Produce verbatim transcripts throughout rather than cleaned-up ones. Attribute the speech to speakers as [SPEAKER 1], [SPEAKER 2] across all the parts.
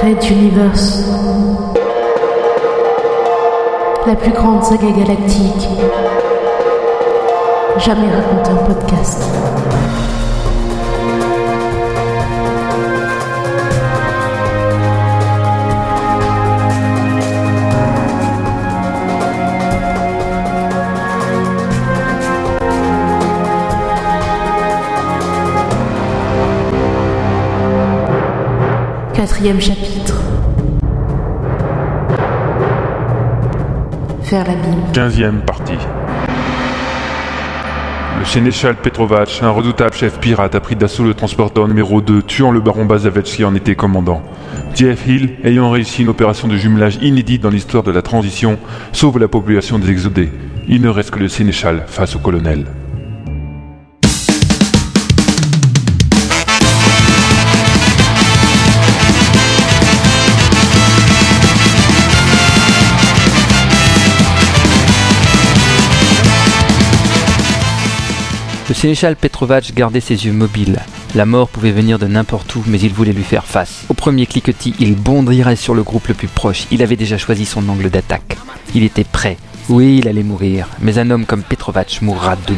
[SPEAKER 1] Red Universe, la plus grande saga galactique jamais racontée en podcast. Quatrième chapitre. Faire l'abîme.
[SPEAKER 2] Quinzième partie. Le sénéchal Petrovac, un redoutable chef pirate, a pris d'assaut le transporteur numéro deux, tuant le baron Bazavec qui en était commandant. J F Hill, ayant réussi une opération de jumelage inédite dans l'histoire de la transition, sauve la population des exodés. Il ne reste que le sénéchal face au colonel.
[SPEAKER 3] Le sénéchal Petrovac gardait ses yeux mobiles. La mort pouvait venir de n'importe où, mais il voulait lui faire face. Au premier cliquetis, il bondirait sur le groupe le plus proche. Il avait déjà choisi son angle d'attaque. Il était prêt. Oui, il allait mourir, mais un homme comme Petrovac mourra debout.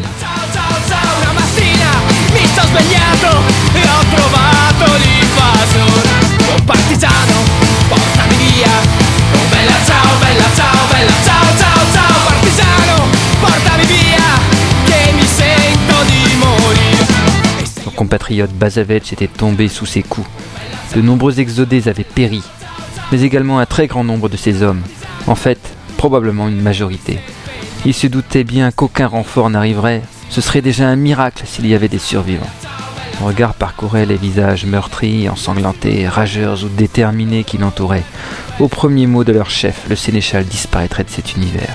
[SPEAKER 3] Compatriote Bazavec était tombé sous ses coups. De nombreux exodés avaient péri, mais également un très grand nombre de ses hommes. En fait, probablement une majorité. Il se doutait bien qu'aucun renfort n'arriverait. Ce serait déjà un miracle s'il y avait des survivants. Son regard parcourait les visages meurtris, ensanglantés, rageurs ou déterminés qui l'entouraient. Au premier mot de leur chef, le sénéchal disparaîtrait de cet univers.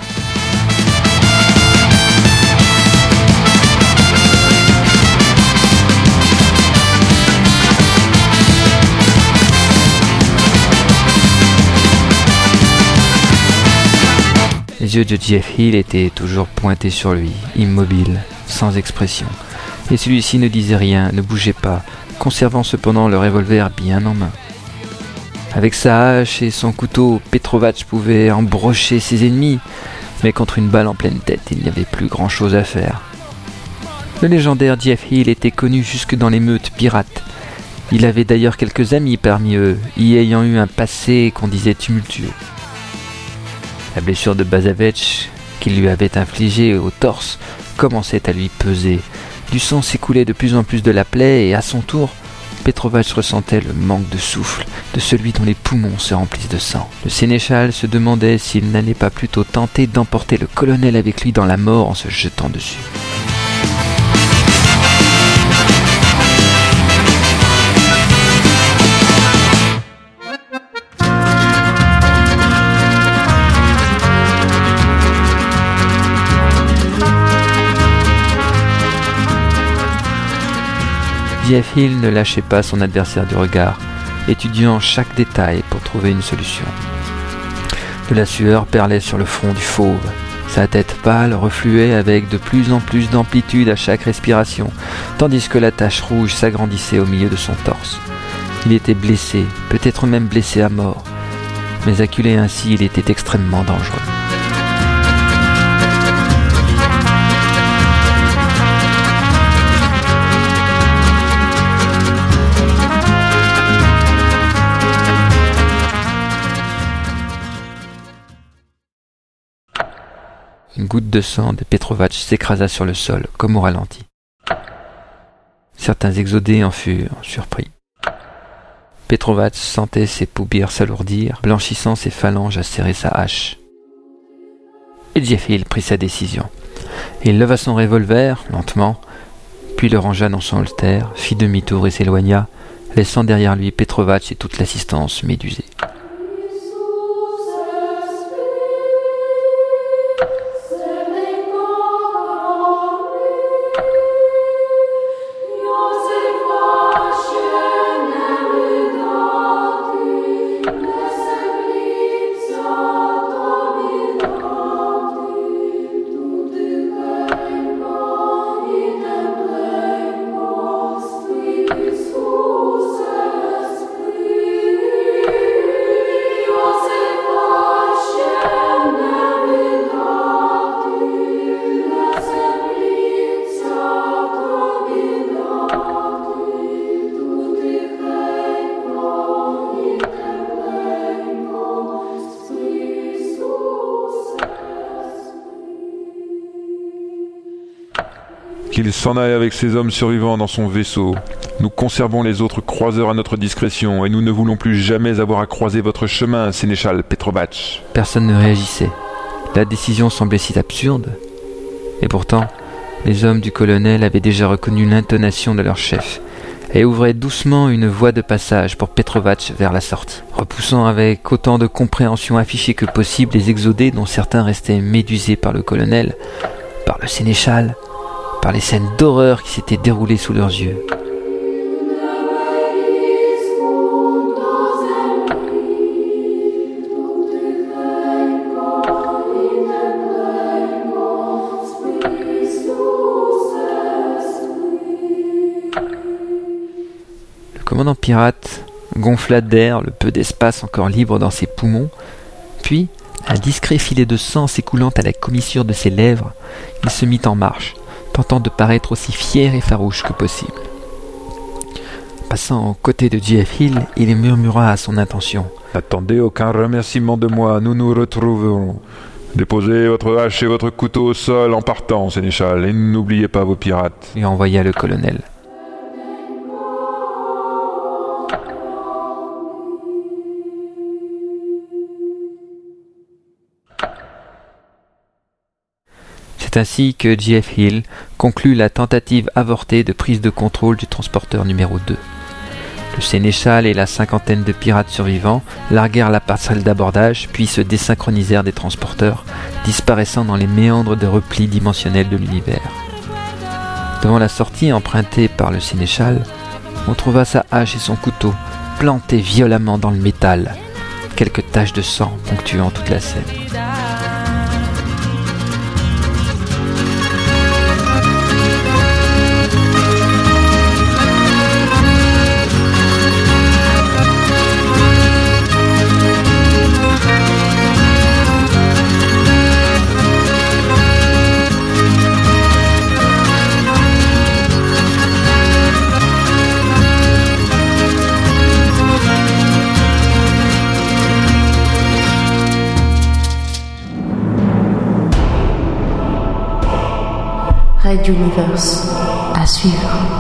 [SPEAKER 3] Les yeux de J F Hill étaient toujours pointés sur lui, immobile, sans expression. Et celui-ci ne disait rien, ne bougeait pas, conservant cependant le revolver bien en main. Avec sa hache et son couteau, Petrovac pouvait embrocher ses ennemis, mais contre une balle en pleine tête, il n'y avait plus grand-chose à faire. Le légendaire J F Hill était connu jusque dans les meutes pirates. Il avait d'ailleurs quelques amis parmi eux, y ayant eu un passé qu'on disait tumultueux. La blessure de Bazavec, qu'il lui avait infligée au torse, commençait à lui peser. Du sang s'écoulait de plus en plus de la plaie et à son tour, Petrovac ressentait le manque de souffle de celui dont les poumons se remplissent de sang. Le sénéchal se demandait s'il n'allait pas plutôt tenter d'emporter le colonel avec lui dans la mort en se jetant dessus. J F Hill ne lâchait pas son adversaire du regard, étudiant chaque détail pour trouver une solution. De la sueur perlait sur le front du fauve. Sa tête pâle refluait avec de plus en plus d'amplitude à chaque respiration, tandis que la tache rouge s'agrandissait au milieu de son torse. Il était blessé, peut-être même blessé à mort, mais acculé ainsi, il était extrêmement dangereux. Une goutte de sang de Petrovac s'écrasa sur le sol, comme au ralenti. Certains exodés en furent surpris. Petrovac sentait ses paupières s'alourdir, blanchissant ses phalanges à serrer sa hache. Et J F Hill prit sa décision. Il leva son revolver, lentement, puis le rangea dans son holster, fit demi-tour et s'éloigna, laissant derrière lui Petrovac et toute l'assistance médusée.
[SPEAKER 2] Qu'il s'en aille avec ses hommes survivants dans son vaisseau. Nous conservons les autres croiseurs à notre discrétion et nous ne voulons plus jamais avoir à croiser votre chemin, sénéchal Petrovac. »
[SPEAKER 3] Personne ne réagissait. La décision semblait si absurde. Et pourtant, les hommes du colonel avaient déjà reconnu l'intonation de leur chef et ouvraient doucement une voie de passage pour Petrovac vers la sortie, repoussant avec autant de compréhension affichée que possible les exodés dont certains restaient médusés par le colonel, par le sénéchal, par les scènes d'horreur qui s'étaient déroulées sous leurs yeux. Le commandant pirate gonfla d'air le peu d'espace encore libre dans ses poumons, puis, un discret filet de sang s'écoulant à la commissure de ses lèvres, il se mit en marche, tentant de paraître aussi fier et farouche que possible. Passant aux côtés de J F Hill, il murmura à son intention.
[SPEAKER 2] « N'attendez aucun remerciement de moi, nous nous retrouverons. Déposez votre hache et votre couteau au sol en partant, sénéchal, et n'oubliez pas vos pirates. »
[SPEAKER 3] lui envoya le colonel. C'est ainsi que J F Hill conclut la tentative avortée de prise de contrôle du transporteur numéro deux. Le sénéchal et la cinquantaine de pirates survivants larguèrent la passerelle d'abordage puis se désynchronisèrent des transporteurs, disparaissant dans les méandres de replis dimensionnels de l'univers. Devant la sortie empruntée par le sénéchal, on trouva sa hache et son couteau plantés violemment dans le métal, quelques taches de sang ponctuant toute la scène.
[SPEAKER 1] Red Universe, à suivre.